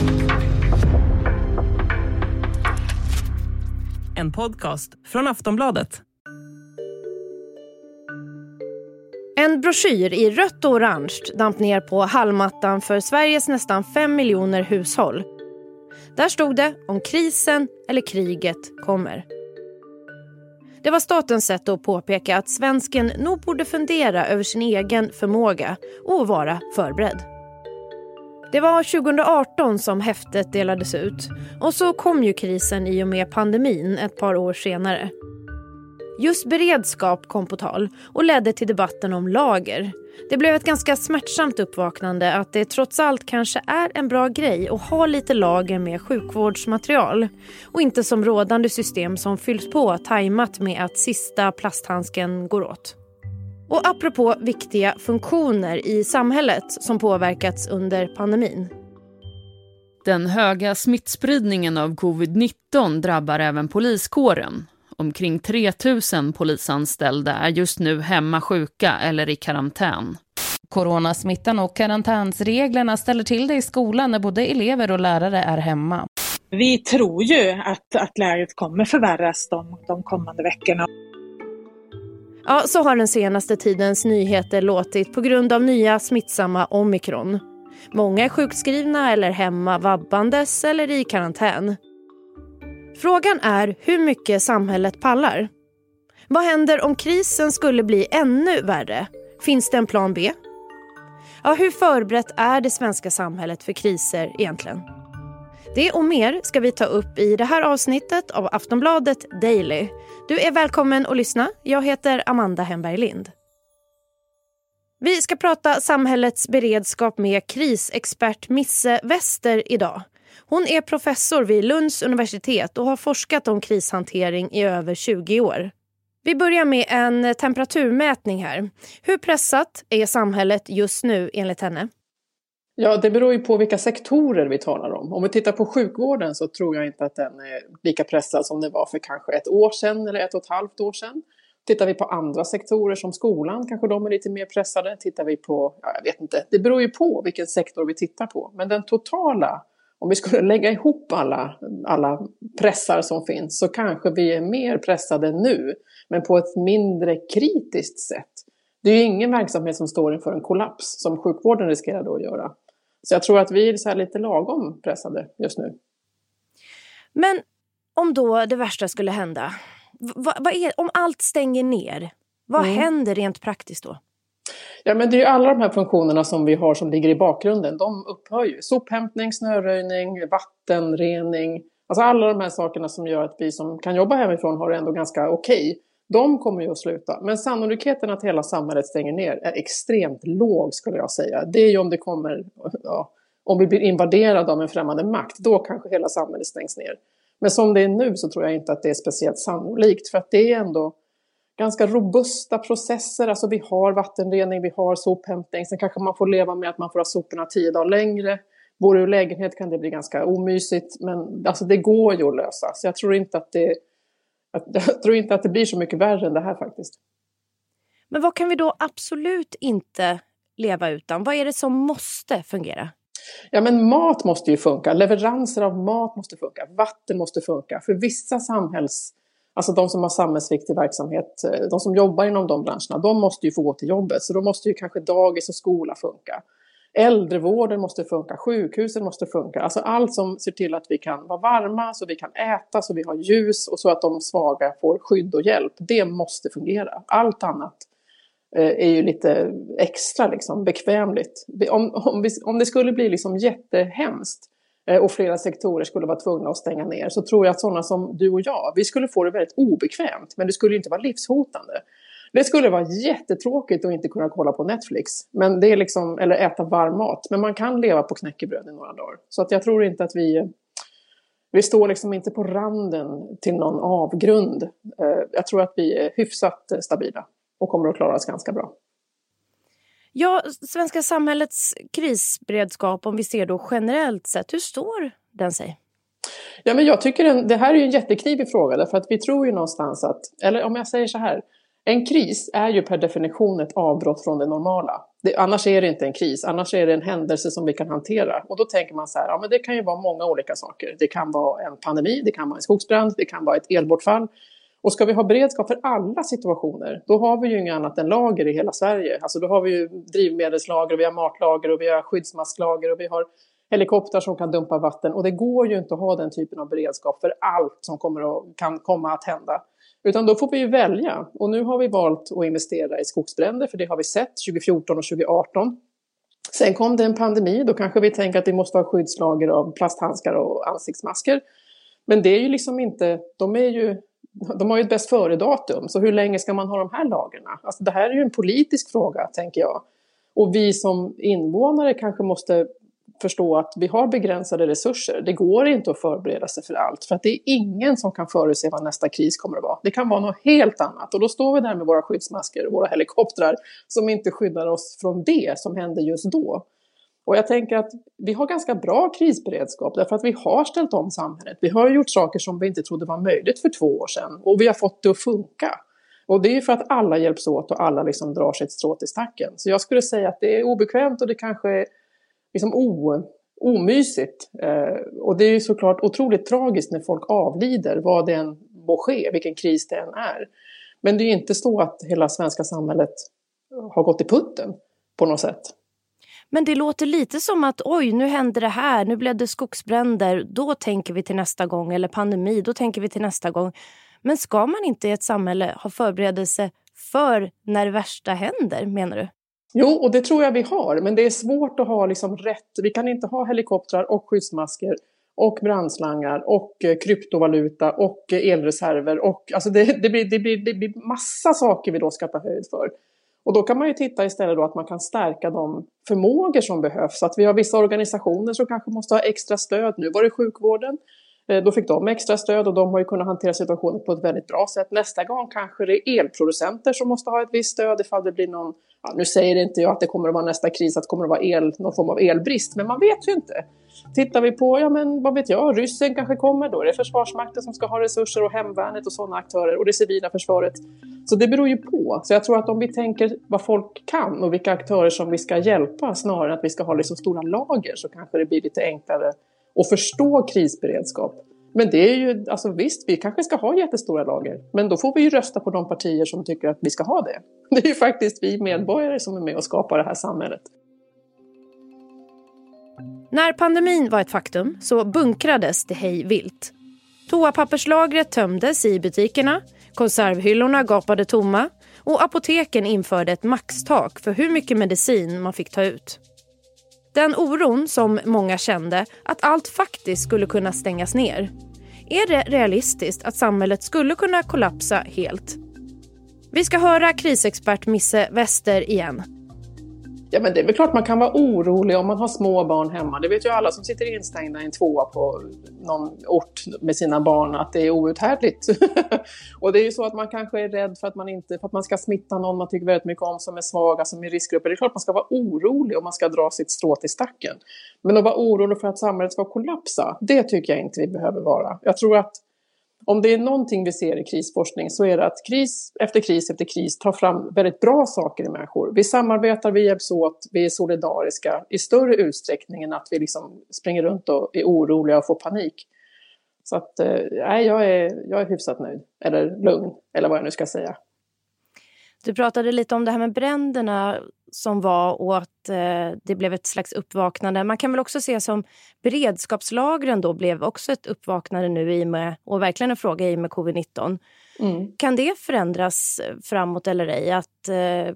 En podcast från Aftonbladet. En broschyr i rött och orange damp ner på hallmattan för Sveriges nästan 5 miljoner hushåll. Där stod det om krisen eller kriget kommer. Det var statens sätt att påpeka att svensken nog borde fundera över sin egen förmåga och vara förberedd. Det var 2018 som häftet delades ut och så kom ju krisen i och med pandemin ett par år senare. Just beredskap kom på tal och ledde till debatten om lager. Det blev ett ganska smärtsamt uppvaknande att det trots allt kanske är en bra grej att ha lite lager med sjukvårdsmaterial och inte som rådande system som fylls på tajmat med att sista plasthandsken går åt. Och apropå viktiga funktioner i samhället som påverkats under pandemin. Den höga smittspridningen av covid-19 drabbar även poliskåren. Omkring 3 000 polisanställda är just nu hemma sjuka eller i karantän. Coronasmittan och karantänsreglerna ställer till det i skolan när både elever och lärare är hemma. Vi tror ju att läget kommer förvärras de kommande veckorna. Ja, så har den senaste tidens nyheter låtit på grund av nya smittsamma omikron. Många är sjukskrivna eller hemma vabbandes eller i karantän. Frågan är hur mycket samhället pallar. Vad händer om krisen skulle bli ännu värre? Finns det en plan B? Ja, hur förberett är det svenska samhället för kriser egentligen? Det och mer ska vi ta upp i det här avsnittet av Aftonbladet Daily. Du är välkommen att lyssna. Jag heter Amanda Hemberg Lind. Vi ska prata samhällets beredskap med krisexpert Misse Wester idag. Hon är professor vid Lunds universitet och har forskat om krishantering i över 20 år. Vi börjar med en temperaturmätning här. Hur pressat är samhället just nu enligt henne? Ja, det beror ju på vilka sektorer vi talar om. Om vi tittar på sjukvården så tror jag inte att den är lika pressad som det var för kanske 1 år sedan eller 1,5 år sedan. Tittar vi på andra sektorer som skolan, kanske de är lite mer pressade. Tittar vi på, jag vet inte, det beror ju på vilken sektor vi tittar på. Men den totala, om vi skulle lägga ihop alla pressar som finns så kanske vi är mer pressade nu. Men på ett mindre kritiskt sätt. Det är ju ingen verksamhet som står inför en kollaps som sjukvården riskerar då att göra. Så jag tror att vi är så här lite lagom pressade just nu. Men om då det värsta skulle hända, vad är, om allt stänger ner, vad händer rent praktiskt då? Ja, men det är ju alla de här funktionerna som vi har som ligger i bakgrunden. De upphör ju. Sophämtning, snöröjning, vattenrening. Alltså alla de här sakerna som gör att vi som kan jobba hemifrån har det ändå ganska okej. De kommer ju att sluta. Men sannolikheten att hela samhället stänger ner är extremt låg skulle jag säga. Det är ju om det kommer, om vi blir invaderade av en främmande makt. Då kanske hela samhället stängs ner. Men som det är nu så tror jag inte att det är speciellt sannolikt. För att det är ändå ganska robusta processer. Alltså vi har vattenrening, vi har sophämtning. Sen kanske man får leva med att man får ha soporna 10 dagar längre. Bor du i lägenhet kan det bli ganska omysigt. Men alltså det går ju att lösa. Så jag tror inte att det blir så mycket värre än det här faktiskt. Men vad kan vi då absolut inte leva utan? Vad är det som måste fungera? Ja, men mat måste ju funka. Leveranser av mat måste funka. Vatten måste funka. För vissa alltså de som har samhällsviktig verksamhet, de som jobbar inom de branscherna, de måste ju få gå till jobbet. Så då måste ju kanske dagis och skola funka. Äldrevården måste funka, sjukhusen måste funka. Alltså allt som ser till att vi kan vara varma, så vi kan äta, så vi har ljus och så att de svaga får skydd och hjälp. Det måste fungera. Allt annat är ju lite extra liksom, bekvämligt. Om det skulle bli liksom jättehemskt och flera sektorer skulle vara tvungna att stänga ner, så tror jag att sådana som du och jag, vi skulle få det väldigt obekvämt, men det skulle inte vara livshotande. Det skulle vara jättetråkigt att inte kunna kolla på Netflix, men det är liksom, eller äta varm mat. Men man kan leva på knäckebröd i några dagar. Så att jag tror inte att vi står liksom inte på randen till någon avgrund. Jag tror att vi är hyfsat stabila och kommer att klara oss ganska bra. Ja, svenska samhällets krisberedskap, om vi ser då generellt sett, hur står den sig? Ja, men jag tycker det här är ju en jätteknivig fråga, därför att vi tror ju någonstans att, eller om jag säger så här, En kris är ju per definition ett avbrott från det normala. Annars är det inte en kris, annars är det en händelse som vi kan hantera. Och då tänker man så här, ja men det kan ju vara många olika saker. Det kan vara en pandemi, det kan vara en skogsbrand, det kan vara ett elbortfall. Och ska vi ha beredskap för alla situationer, då har vi ju inget annat än lager i hela Sverige. Alltså då har vi ju drivmedelslager, och vi har matlager och vi har skyddsmasklager och vi har helikoptrar som kan dumpa vatten. Och det går ju inte att ha den typen av beredskap för allt som kan komma att hända. Utan då får vi ju välja. Och nu har vi valt att investera i skogsbränder, för det har vi sett 2014 och 2018. Sen kom det en pandemi, då kanske vi tänker att vi måste ha skyddslager av plasthandskar och ansiktsmasker. Men det är ju liksom inte, de har ju ett bäst före-datum. Så hur länge ska man ha de här lagerna? Alltså det här är ju en politisk fråga, tänker jag. Och vi som invånare kanske måste förstå att vi har begränsade resurser. Det går inte att förbereda sig för allt. För att det är ingen som kan förutse vad nästa kris kommer att vara. Det kan vara något helt annat. Och då står vi där med våra skyddsmasker och våra helikoptrar som inte skyddar oss från det som händer just då. Och jag tänker att vi har ganska bra krisberedskap därför att vi har ställt om samhället. Vi har gjort saker som vi inte trodde var möjligt för 2 år sedan. Och vi har fått det att funka. Och det är för att alla hjälps åt och alla liksom drar sitt strå till stacken. Så jag skulle säga att det är obekvämt och det kanske är liksom omysigt. Och det är ju såklart otroligt tragiskt när folk avlider, vad det än må ske, vilken kris det än är. Men det är ju inte så att hela svenska samhället har gått i putten på något sätt. Men det låter lite som att oj, nu händer det här, nu blev det skogsbränder, då tänker vi till nästa gång, eller pandemi, då tänker vi till nästa gång. Men ska man inte i ett samhälle ha förberedelse för när det värsta händer, menar du? Jo, och det tror jag vi har, men det är svårt att ha liksom rätt. Vi kan inte ha helikoptrar och skyddsmasker och brandslangar och kryptovaluta och elreserver. Och, alltså det blir massa saker vi då ska ta höjd för. Och då kan man ju titta istället då att man kan stärka de förmågor som behövs. Att vi har vissa organisationer som kanske måste ha extra stöd. Nu var det sjukvården. Då fick de extra stöd och de har ju kunnat hantera situationen på ett väldigt bra sätt. Nästa gång kanske det är elproducenter som måste ha ett visst stöd ifall det blir någon, nu säger inte jag att det kommer att vara nästa kris, att det kommer att vara någon form av elbrist, men man vet ju inte. Tittar vi på, ja men vad vet jag, ryssen kanske kommer, då är det Försvarsmakten som ska ha resurser och hemvärnet och sådana aktörer och det civila försvaret. Så det beror ju på. Så jag tror att om vi tänker vad folk kan och vilka aktörer som vi ska hjälpa snarare än att vi ska ha liksom stora lager, så kanske det blir lite enklare att förstå krisberedskap. Men det är ju, alltså visst, vi kanske ska ha jättestora lager. Men då får vi ju rösta på de partier som tycker att vi ska ha det. Det är ju faktiskt vi medborgare som är med och skapar det här samhället. När pandemin var ett faktum så bunkrades det hej vilt. Toapapperslagret tömdes i butikerna, konservhyllorna gapade tomma och apoteken införde ett maxtak för hur mycket medicin man fick ta ut. Den oron som många kände att allt faktiskt skulle kunna stängas ner. Är det realistiskt att samhället skulle kunna kollapsa helt? Vi ska höra krisexpert Misse Wester igen. Ja, men det är väl klart man kan vara orolig om man har små barn hemma. Det vet ju alla som sitter instängda i en tvåa på någon ort med sina barn, att det är outhärdligt. Och det är ju så att man kanske är rädd för att man ska smitta någon man tycker väldigt mycket om som är svaga, som är riskgrupper. Det är klart man ska vara orolig om man ska dra sitt strå till stacken. Men att vara orolig för att samhället ska kollapsa, det tycker jag inte vi behöver vara. Jag tror att om det är någonting vi ser i krisforskning så är det att kris efter kris tar fram väldigt bra saker i människor. Vi samarbetar, vi hjälps åt, vi är solidariska i större utsträckning än att vi liksom springer runt och är oroliga och får panik. Så att jag är hyfsat nöjd, eller lugn, eller vad jag nu ska säga. Du pratade lite om det här med bränderna som var och att det blev ett slags uppvaknande. Man kan väl också se som beredskapslagren då blev också ett uppvaknande nu i med, och verkligen en fråga i med covid-19. Mm. Kan det förändras framåt eller ej? Att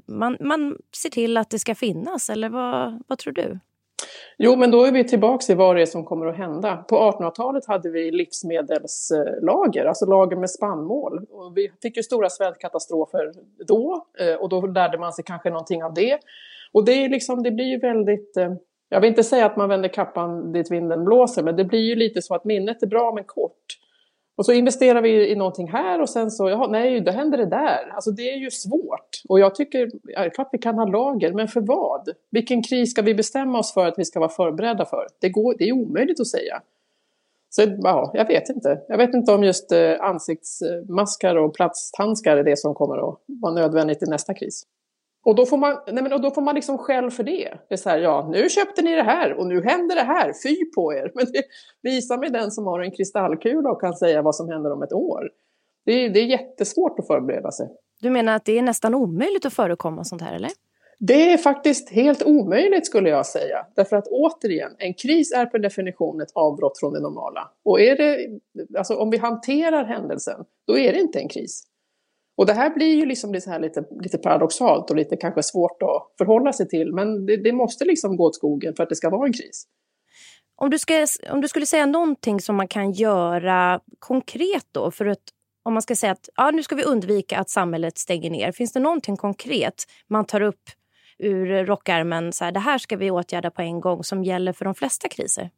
man ser till att det ska finnas, eller vad tror du? Jo, men då är vi tillbaka i vad det är som kommer att hända. På 1800-talet hade vi livsmedelslager, alltså lager med spannmål. Och vi fick ju stora svältkatastrofer då, och då lärde man sig kanske någonting av det. Och det är liksom, det blir ju väldigt, jag vill inte säga att man vänder kappan dit vinden blåser, men det blir ju lite så att minnet är bra men kort. Och så investerar vi i någonting här och sen så, nej, då händer det där. Alltså det är ju svårt. Och jag tycker, klart vi kan ha lager, men för vad? Vilken kris ska vi bestämma oss för att vi ska vara förberedda för? Det är omöjligt att säga. Så ja, jag vet inte. Jag vet inte om just ansiktsmaskar och plasthandskar är det som kommer att vara nödvändigt i nästa kris. Och då får man liksom skäll för det. Det är så här, ja, nu köpte ni det här och nu händer det här. Fy på er. Men det visar mig den som har en kristallkula och kan säga vad som händer om ett år. Det är jättesvårt att förbereda sig. Du menar att det är nästan omöjligt att förekomma sånt här, eller? Det är faktiskt helt omöjligt skulle jag säga. Därför att återigen, en kris är per definition ett avbrott från det normala. Och om vi hanterar händelsen, då är det inte en kris. Och det här blir ju liksom det så här lite paradoxalt och lite kanske svårt att förhålla sig till. Men det måste liksom gå åt skogen för att det ska vara en kris. Om du skulle säga någonting som man kan göra konkret då, för att om man ska säga att nu ska vi undvika att samhället stänger ner. Finns det någonting konkret man tar upp ur rockärmen, så här, det här ska vi åtgärda på en gång, som gäller för de flesta kriser?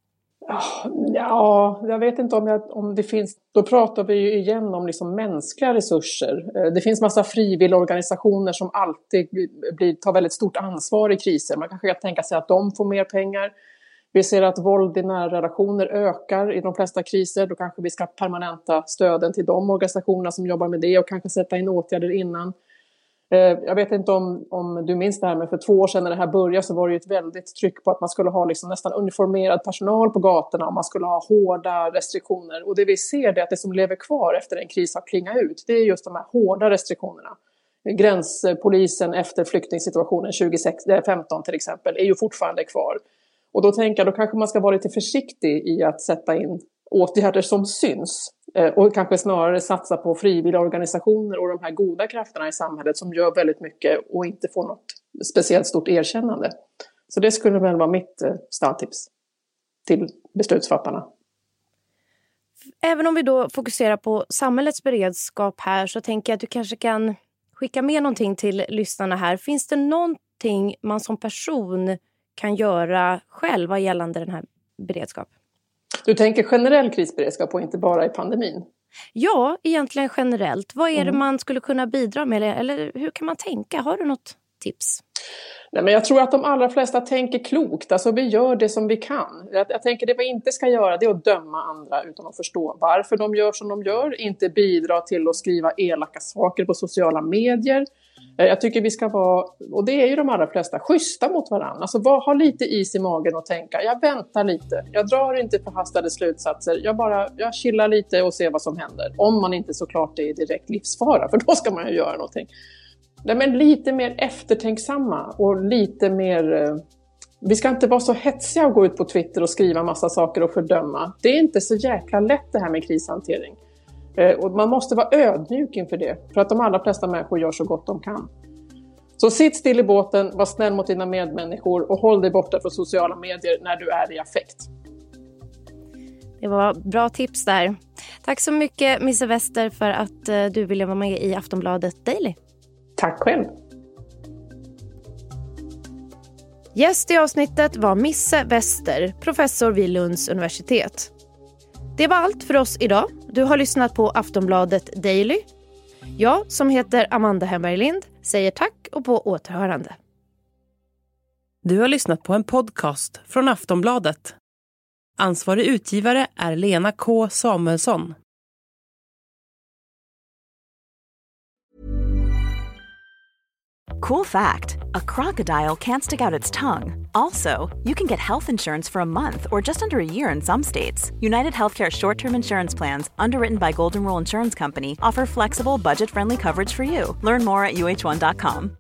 Ja, jag vet inte om det finns. Då pratar vi ju igen om liksom mänskliga resurser. Det finns massa frivilligorganisationer som alltid tar väldigt stort ansvar i kriser. Man kanske kan tänka sig att de får mer pengar. Vi ser att våld i nära relationer ökar i de flesta kriser. Då kanske vi ska permanenta stöden till de organisationerna som jobbar med det och kanske sätta in åtgärder innan. Jag vet inte om du minns det här, men för 2 år sedan när det här började så var det ju ett väldigt tryck på att man skulle ha liksom nästan uniformerad personal på gatorna och man skulle ha hårda restriktioner. Och det vi ser är att det som lever kvar efter en kris har klingat ut, det är just de här hårda restriktionerna. Gränspolisen efter flyktingsituationen 2015 till exempel är ju fortfarande kvar. Och då tänker jag, då kanske man ska vara lite försiktig i att sätta in åtgärder som syns. Och kanske snarare satsa på frivilliga organisationer och de här goda krafterna i samhället som gör väldigt mycket och inte får något speciellt stort erkännande. Så det skulle väl vara mitt starttips till beslutsfattarna. Även om vi då fokuserar på samhällets beredskap här, så tänker jag att du kanske kan skicka med någonting till lyssnarna här. Finns det någonting man som person kan göra själv vad gällande den här beredskap? Du tänker generell krisberedskap och inte bara i pandemin? Ja, egentligen generellt. Vad är det man skulle kunna bidra med? Eller hur kan man tänka? Har du något tips? Nej, men jag tror att de allra flesta tänker klokt. Alltså vi gör det som vi kan. Jag tänker det vi inte ska göra, det är att döma andra utan att förstå varför de gör som de gör. Inte bidra till att skriva elaka saker på sociala medier. Jag tycker vi ska vara, och det är ju de allra flesta, schyssta mot varandra. Alltså ha lite is i magen och tänka, jag väntar lite. Jag drar inte förhastade slutsatser. Jag chillar lite och ser vad som händer. Om man inte såklart är i direkt livsfara, för då ska man ju göra någonting. Nej, men lite mer eftertänksamma och lite mer... Vi ska inte vara så hetsiga och gå ut på Twitter och skriva massa saker och fördöma. Det är inte så jäkla lätt det här med krishantering. Och man måste vara ödmjuk inför det. För att de allra flesta människor gör så gott de kan. Så sitt still i båten, var snäll mot dina medmänniskor och håll dig borta från sociala medier när du är i affekt. Det var bra tips där. Tack så mycket Misse Wester för att du ville vara med i Aftonbladet Daily. Tack själv. Gäst i avsnittet var Misse Wester, professor vid Lunds universitet. Det var allt för oss idag. Du har lyssnat på Aftonbladet Daily. Jag, som heter Amanda Hemberg Lind, säger tack och på återhörande. Du har lyssnat på en podcast från Aftonbladet. Ansvarig utgivare är Lena K. Samuelsson. Cool fact, a crocodile can't stick out its tongue. Also, you can get health insurance for a month or just under a year in some states. United Healthcare short-term insurance plans, underwritten by Golden Rule Insurance Company, offer flexible, budget-friendly coverage for you. Learn more at uh1.com.